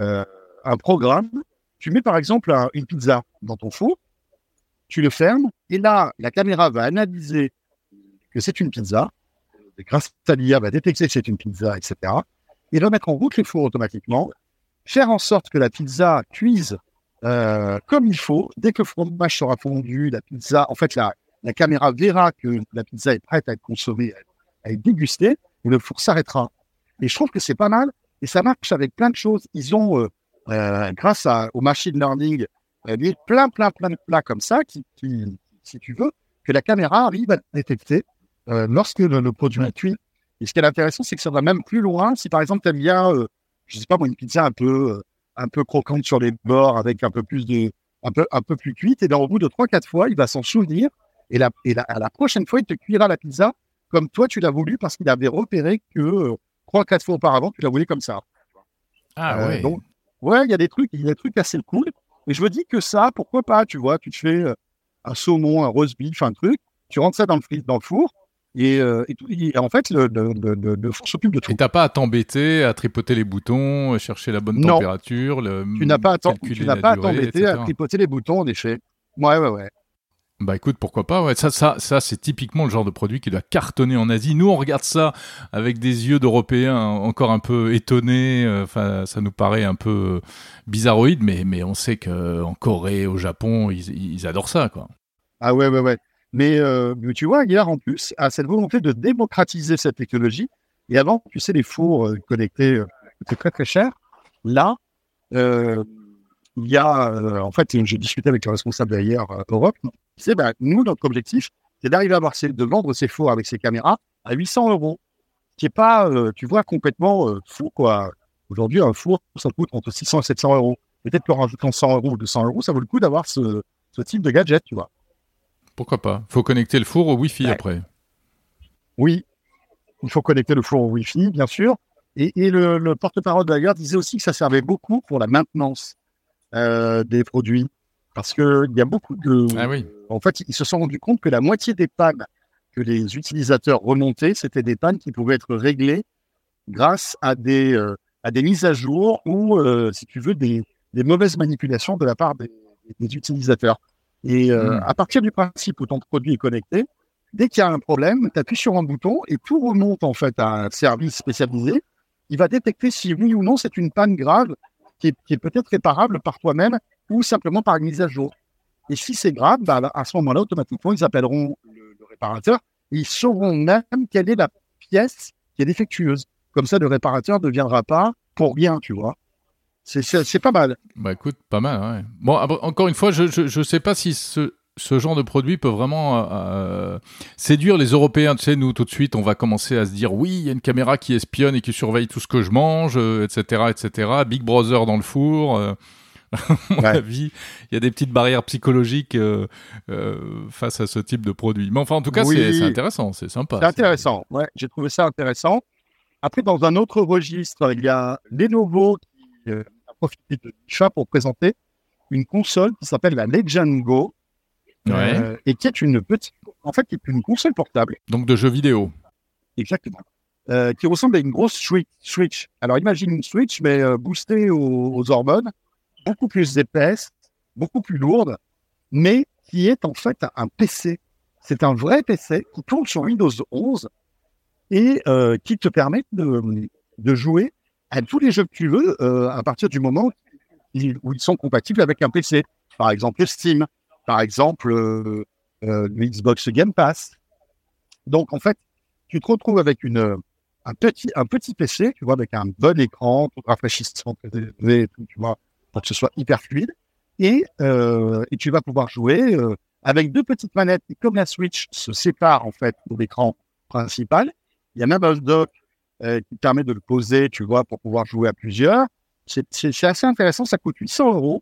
un programme. Tu mets par exemple une pizza dans ton four, tu le fermes, et là, la caméra va analyser que c'est une pizza, et grâce à l'IA, va détecter que c'est une pizza, etc. Et va mettre en route les fours automatiquement, faire en sorte que la pizza cuise comme il faut. Dès que le fromage sera fondu, la pizza, en fait, la caméra verra que la pizza est prête à être consommée, à être dégustée, et le four s'arrêtera. Et je trouve que c'est pas mal, et ça marche avec plein de choses. Ils ont... grâce au machine learning, plein de plats comme ça qui, si tu veux, que la caméra arrive à détecter lorsque le produit est cuit. Et ce qui est intéressant, c'est que ça va même plus loin. Si par exemple, tu aimes bien, je sais pas moi, une pizza un peu croquante sur les bords avec un peu plus cuite, et bien au bout de 3-4 fois, il va s'en souvenir, et à la prochaine fois, il te cuira la pizza comme toi tu l'as voulu, parce qu'il avait repéré que 3-4 fois auparavant, tu l'as voulu comme ça. Ah ouais. Donc, ouais, il y a des trucs assez cool. Et je me dis que ça, pourquoi pas, tu vois, tu te fais un saumon, un roast beef, un truc, tu rentres ça dans le four, et en fait, le four s'occupe de tout. Et t'as pas à t'embêter, à tripoter les boutons, chercher la bonne température, tu n'as pas à t'embêter à tripoter les boutons, en effet. Ouais. Bah écoute, pourquoi pas, ouais. Ça, c'est typiquement le genre de produit qui doit cartonner en Asie. Nous, on regarde ça avec des yeux d'Européens encore un peu étonnés. Enfin, ça nous paraît un peu bizarroïde, mais on sait qu'en Corée, au Japon, ils adorent ça, quoi. Ah ouais. Mais tu vois, Haier, en plus, a cette volonté de démocratiser cette technologie. Et avant, tu sais, les fours connectés, c'était très très cher. Là, il y a, en fait, j'ai discuté avec le responsable d'Haier Europe. Il disait, nous, notre objectif, c'est d'arriver de vendre ces fours avec ces caméras à 800 €. Ce qui n'est pas, tu vois, complètement fou, quoi. Aujourd'hui, un four, ça coûte entre 600 et 700 €. Peut-être qu'en rajoutant 100 € ou 200 €, ça vaut le coup d'avoir ce type de gadget, tu vois. Pourquoi pas ? Faut connecter le four au Wi-Fi après. Oui, il faut connecter le four au Wi-Fi, bien sûr. Et le porte-parole de Haier disait aussi que ça servait beaucoup pour la maintenance des produits. Parce qu'il y a beaucoup de... Ah oui. En fait, ils se sont rendus compte que la moitié des pannes que les utilisateurs remontaient, c'était des pannes qui pouvaient être réglées grâce à des mises à jour ou, si tu veux, des mauvaises manipulations de la part des utilisateurs. Et à partir du principe où ton produit est connecté, dès qu'il y a un problème, tu appuies sur un bouton et tout remonte en fait à un service spécialisé il va détecter si oui ou non c'est une panne grave qui est peut-être réparable par toi-même ou simplement par une mise à jour. Et si c'est grave, à ce moment-là, automatiquement, ils appelleront le réparateur et ils sauront même quelle est la pièce qui est défectueuse. Comme ça, le réparateur ne viendra pas pour rien, tu vois. C'est pas mal. Bah écoute, pas mal, ouais. Bon, encore une fois, je sais pas si ce genre de produit peut vraiment séduire les Européens. Tu sais, nous, tout de suite, on va commencer à se dire, oui, il y a une caméra qui espionne et qui surveille tout ce que je mange, etc., etc. Big Brother dans le four. À mon avis, il y a des petites barrières psychologiques face à ce type de produit. Mais enfin, en tout cas, c'est intéressant, c'est sympa. C'est intéressant, ouais. J'ai trouvé ça intéressant. Après, dans un autre registre, il y a Lenovo qui a profité de l'IFA pour présenter une console qui s'appelle la Legend Go. Et qui est une console portable. Donc de jeux vidéo. Exactement. Qui ressemble à une grosse Switch. Alors imagine une Switch, mais boostée aux hormones, beaucoup plus épaisse, beaucoup plus lourde, mais qui est en fait un PC. C'est un vrai PC qui tourne sur Windows 11 et qui te permet de jouer à tous les jeux que tu veux à partir du moment où ils sont compatibles avec un PC. Par exemple, Steam. Par exemple, le Xbox Game Pass. Donc, en fait, tu te retrouves avec un petit PC, tu vois, avec un bon écran, tout rafraîchissant, très élevé, tu vois, pour que ce soit hyper fluide. Et tu vas pouvoir jouer avec deux petites manettes qui, comme la Switch, se séparent, en fait, de l'écran principal. Il y a même un dock qui permet de le poser, tu vois, pour pouvoir jouer à plusieurs. C'est assez intéressant, ça coûte 800 €.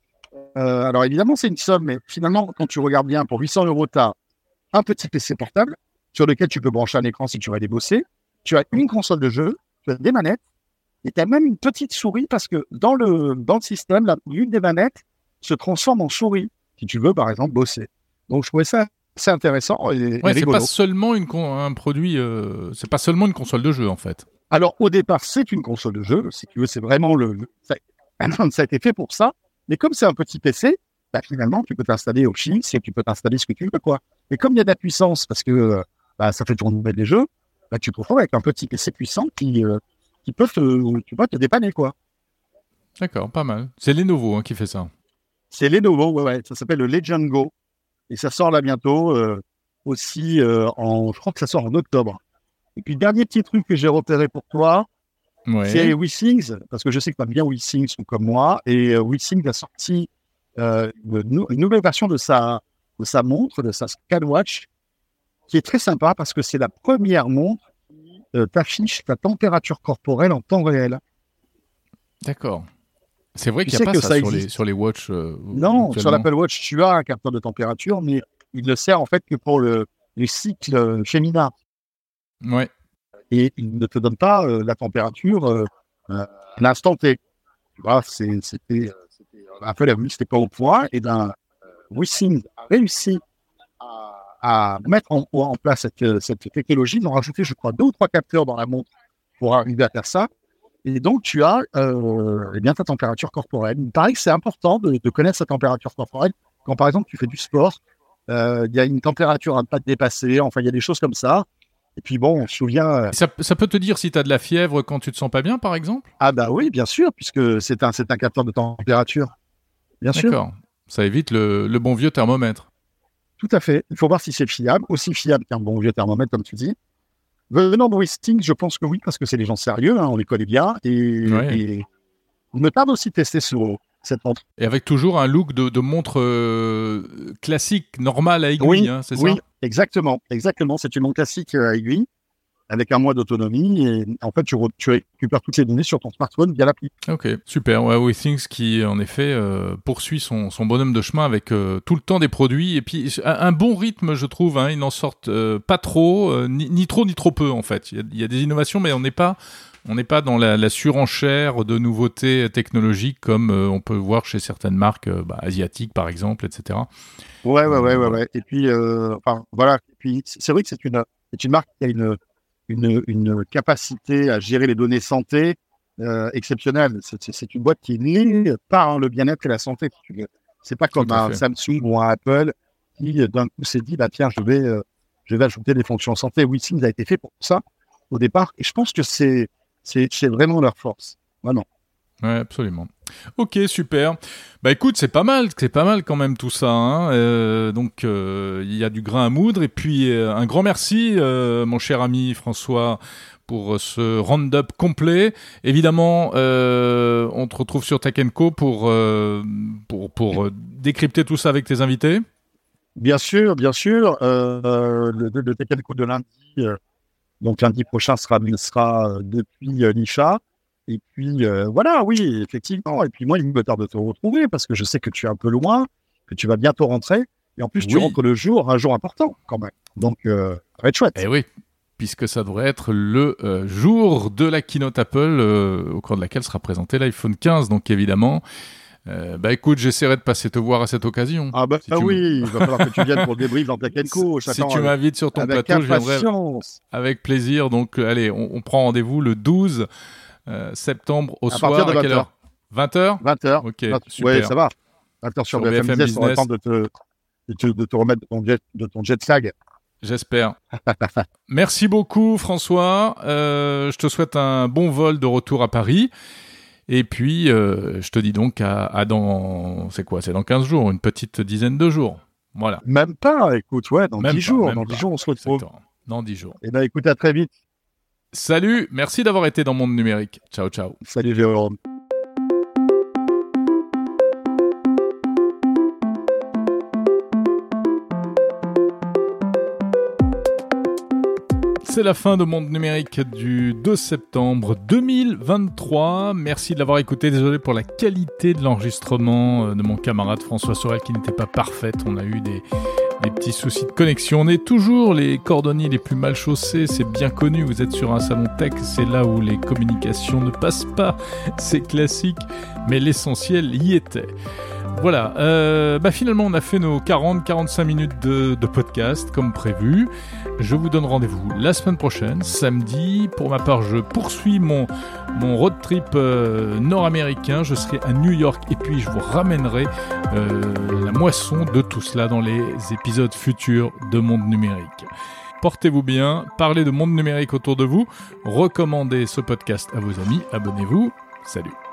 Alors évidemment, c'est une somme, mais finalement, quand tu regardes bien, pour 800 €, tu as un petit PC portable sur lequel tu peux brancher un écran si tu vas aller bosser. Tu as une console de jeu, tu as des manettes, et tu as même une petite souris parce que dans le système, une des manettes se transforme en souris si tu veux, par exemple, bosser. Donc je trouvais ça assez intéressant et c'est rigolo. pas seulement un produit, c'est pas seulement une console de jeu en fait. Alors au départ, c'est une console de jeu, si tu veux, c'est vraiment ça a été fait pour ça. Mais comme c'est un petit PC, finalement, tu peux t'installer Office et tu peux t'installer ce que tu veux, quoi. Et comme il y a de la puissance, parce que ça fait tourner les jeux, tu te retrouves avec un petit PC puissant qui peut te dépanner, quoi. D'accord, pas mal. C'est Lenovo qui fait ça. C'est Lenovo, ouais. Ça s'appelle le Legend Go. Et ça sort là bientôt, aussi, je crois que ça sort en octobre. Et puis, dernier petit truc que j'ai repéré pour toi, c'est WeThings, parce que je sais que tu aimes bien WeThings comme moi, et WeThings a sorti une nouvelle version de sa montre, de sa ScanWatch, qui est très sympa parce que c'est la première montre qui t'affiche ta température corporelle en temps réel. D'accord. C'est vrai qu'il n'y a pas ça sur les watches. Non, sur l'Apple Watch, tu as un capteur de température, mais il ne sert en fait que pour le cycle féminin. Ouais. Et il ne te donne pas la température à l'instant T. Tu vois, Apple a vu que c'était pas au point, et WeThings a réussi à mettre en place cette technologie. Ils ont rajouté, je crois, 2 ou 3 capteurs dans la montre pour arriver à faire ça. Et donc, tu as ta température corporelle. Il me paraît que c'est important de connaître sa température corporelle. Quand, par exemple, tu fais du sport, il y a une température à ne pas te dépasser. Enfin, il y a des choses comme ça. Et puis bon, on se souvient... Ça peut te dire si tu as de la fièvre quand tu te sens pas bien, par exemple ? Ah bah oui, bien sûr, puisque c'est un capteur de température. Bien sûr. D'accord. Ça évite le bon vieux thermomètre. Tout à fait. Il faut voir si c'est fiable, aussi fiable qu'un bon vieux thermomètre, comme tu dis. Venant de WeThings, je pense que oui, parce que c'est des gens sérieux, on les connaît bien. Et il me tarde aussi de tester cette montre. Et avec toujours un look de montre classique, normale à aiguille, c'est ça ? Oui, exactement. C'est une montre classique à aiguille, avec un mois d'autonomie. Et en fait, tu récupères toutes les données sur ton smartphone via l'appli. Ok, super. Ouais, WeThings qui, en effet, poursuit son bonhomme de chemin avec tout le temps des produits. Et puis, un bon rythme, je trouve. Ils n'en sortent pas trop, ni trop, ni trop peu, en fait. Il y a des innovations, mais on n'est pas dans la surenchère de nouveautés technologiques comme on peut voir chez certaines marques asiatiques, par exemple, etc. Ouais. Et puis, voilà. Et puis, c'est vrai que c'est une marque qui a une capacité à gérer les données santé exceptionnelle. C'est une boîte qui est née par le bien-être et la santé. C'est pas comme un Samsung ou un Apple qui, d'un coup, s'est dit, tiens, je vais ajouter des fonctions santé. WeThings a été fait pour ça au départ. Et je pense que c'est C'est vraiment leur force. Vraiment. Ouais, absolument. Ok, super. Bah écoute, c'est pas mal quand même tout ça. Hein. Donc il y a du grain à moudre. Et puis un grand merci, mon cher ami François, pour ce round-up complet. Évidemment, on te retrouve sur Tech & Co pour décrypter tout ça avec tes invités. Bien sûr. Le Tech & Co de lundi, donc lundi prochain sera depuis l'IFA. Et puis, voilà, oui, effectivement. Et puis moi, il me tarde de te retrouver parce que je sais que tu es un peu loin, que tu vas bientôt rentrer. Et en plus, tu rentres un jour important quand même. Donc, ça va être chouette. Eh oui, puisque ça devrait être le jour de la keynote Apple, au cours de laquelle sera présenté l'iPhone 15. Donc, évidemment, écoute, j'essaierai de passer te voir à cette occasion. Ah oui, il va falloir que tu viennes pour le débrief dans Tech & Co. Si tu m'invites sur ton plateau, je viendrai avec plaisir. Donc, allez, on prend rendez-vous le 12 septembre au soir. À quelle heure ? 20h ? 20h. Ok, 20h. super. Ouais, ça va. 20h sur BFM Business, on va attendre de te remettre de ton jet lag. J'espère. Merci beaucoup, François. Je te souhaite un bon vol de retour à Paris. Et puis, je te dis donc à dans... C'est quoi ? C'est dans 15 jours, une petite dizaine de jours. Voilà. Même pas, écoute, ouais, dans 10 jours. Dans 10 jours, on se retrouve. Exactement. Dans 10 jours. Eh bien, écoute, à très vite. Salut, merci d'avoir été dans Monde Numérique. Ciao, ciao. Salut, Jérôme. C'est la fin de Monde Numérique du 2 septembre 2023. Merci de l'avoir écouté. Désolé pour la qualité de l'enregistrement de mon camarade François Sorel qui n'était pas parfaite. On a eu des petits soucis de connexion. On est toujours les cordonniers les plus mal chaussés, c'est bien connu. Vous êtes sur un salon tech, c'est là où les communications ne passent pas. C'est classique, mais l'essentiel y était. Voilà, finalement on a fait nos 40-45 minutes de podcast comme prévu. Je vous donne rendez-vous la semaine prochaine, samedi. Pour ma part, je poursuis mon road trip nord-américain. Je serai à New York et puis je vous ramènerai la moisson de tout cela dans les épisodes futurs de Monde Numérique. Portez-vous bien, parlez de Monde Numérique autour de vous, recommandez ce podcast à vos amis, abonnez-vous. Salut.